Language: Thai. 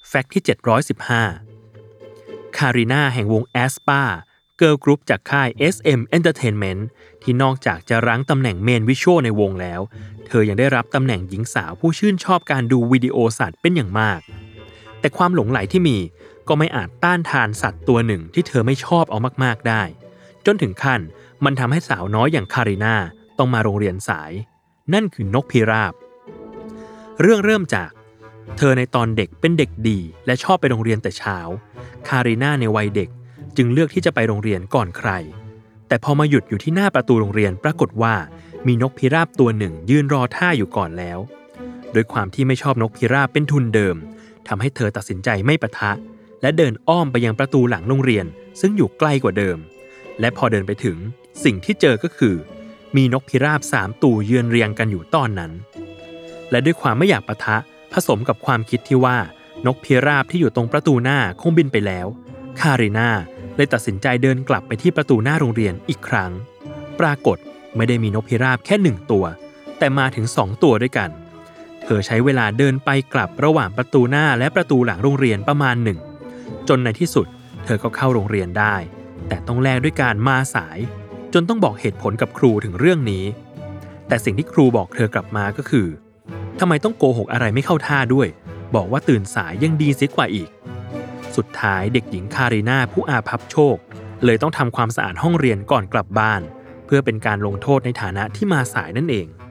แฟกต์ที่715คาริน่าแห่งวงแอสปาเกิร์ลกรุ๊ปจากค่าย SM Entertainment ที่นอกจากจะรั้งตำแหน่งเมนวิชวลในวงแล้วเธอยังได้รับตำแหน่งหญิงสาวผู้ชื่นชอบการดูวิดีโอสัตว์เป็นอย่างมากแต่ความหลงใหลที่มีก็ไม่อาจต้านทานสัตว์ตัวหนึ่งที่เธอไม่ชอบเอามากๆได้จนถึงขั้นมันทำให้สาวน้อยอย่างคาริน่าต้องมาโรงเรียนสายนั่นคือนกพิราบเรื่องเริ่มจากเธอในตอนเด็กเป็นเด็กดีและชอบไปโรงเรียนแต่เช้าคาริน่าในวัยเด็กจึงเลือกที่จะไปโรงเรียนก่อนใครแต่พอมาหยุดอยู่ที่หน้าประตูโรงเรียนปรากฏว่ามีนกพิราบตัวหนึ่งยืนรอท่าอยู่ก่อนแล้วโดยความที่ไม่ชอบนกพิราบเป็นทุนเดิมทำให้เธอตัดสินใจไม่ปะทะและเดินอ้อมไปยังประตูหลังโรงเรียนซึ่งอยู่ใกล้กว่าเดิมและพอเดินไปถึงสิ่งที่เจอก็คือมีนกพิราบ3ตัวยืนเรียงกันอยู่ตอนนั้นและด้วยความไม่อยากปะทะผสมกับความคิดที่ว่านกพิราบที่อยู่ตรงประตูหน้าคงบินไปแล้วคาริน่าเลยตัดสินใจเดินกลับไปที่ประตูหน้าโรงเรียนอีกครั้งปรากฏไม่ได้มีนกพิราบแค่1ตัวแต่มาถึง2ตัวด้วยกันเธอใช้เวลาเดินไปกลับระหว่างประตูหน้าและประตูหลังโรงเรียนประมาณ1จนในที่สุดเธอก็เข้าโรงเรียนได้แต่ต้องแลกด้วยการมาสายจนต้องบอกเหตุผลกับครูถึงเรื่องนี้แต่สิ่งที่ครูบอกเธอกลับมาก็คือทำไมต้องโกหกอะไรไม่เข้าท่าด้วยบอกว่าตื่นสายยังดีเสียกว่าอีกสุดท้ายเด็กหญิงคาริน่าผู้อาภัพโชคเลยต้องทำความสะอาดห้องเรียนก่อนกลับบ้านเพื่อเป็นการลงโทษในฐานะที่มาสายนั่นเอง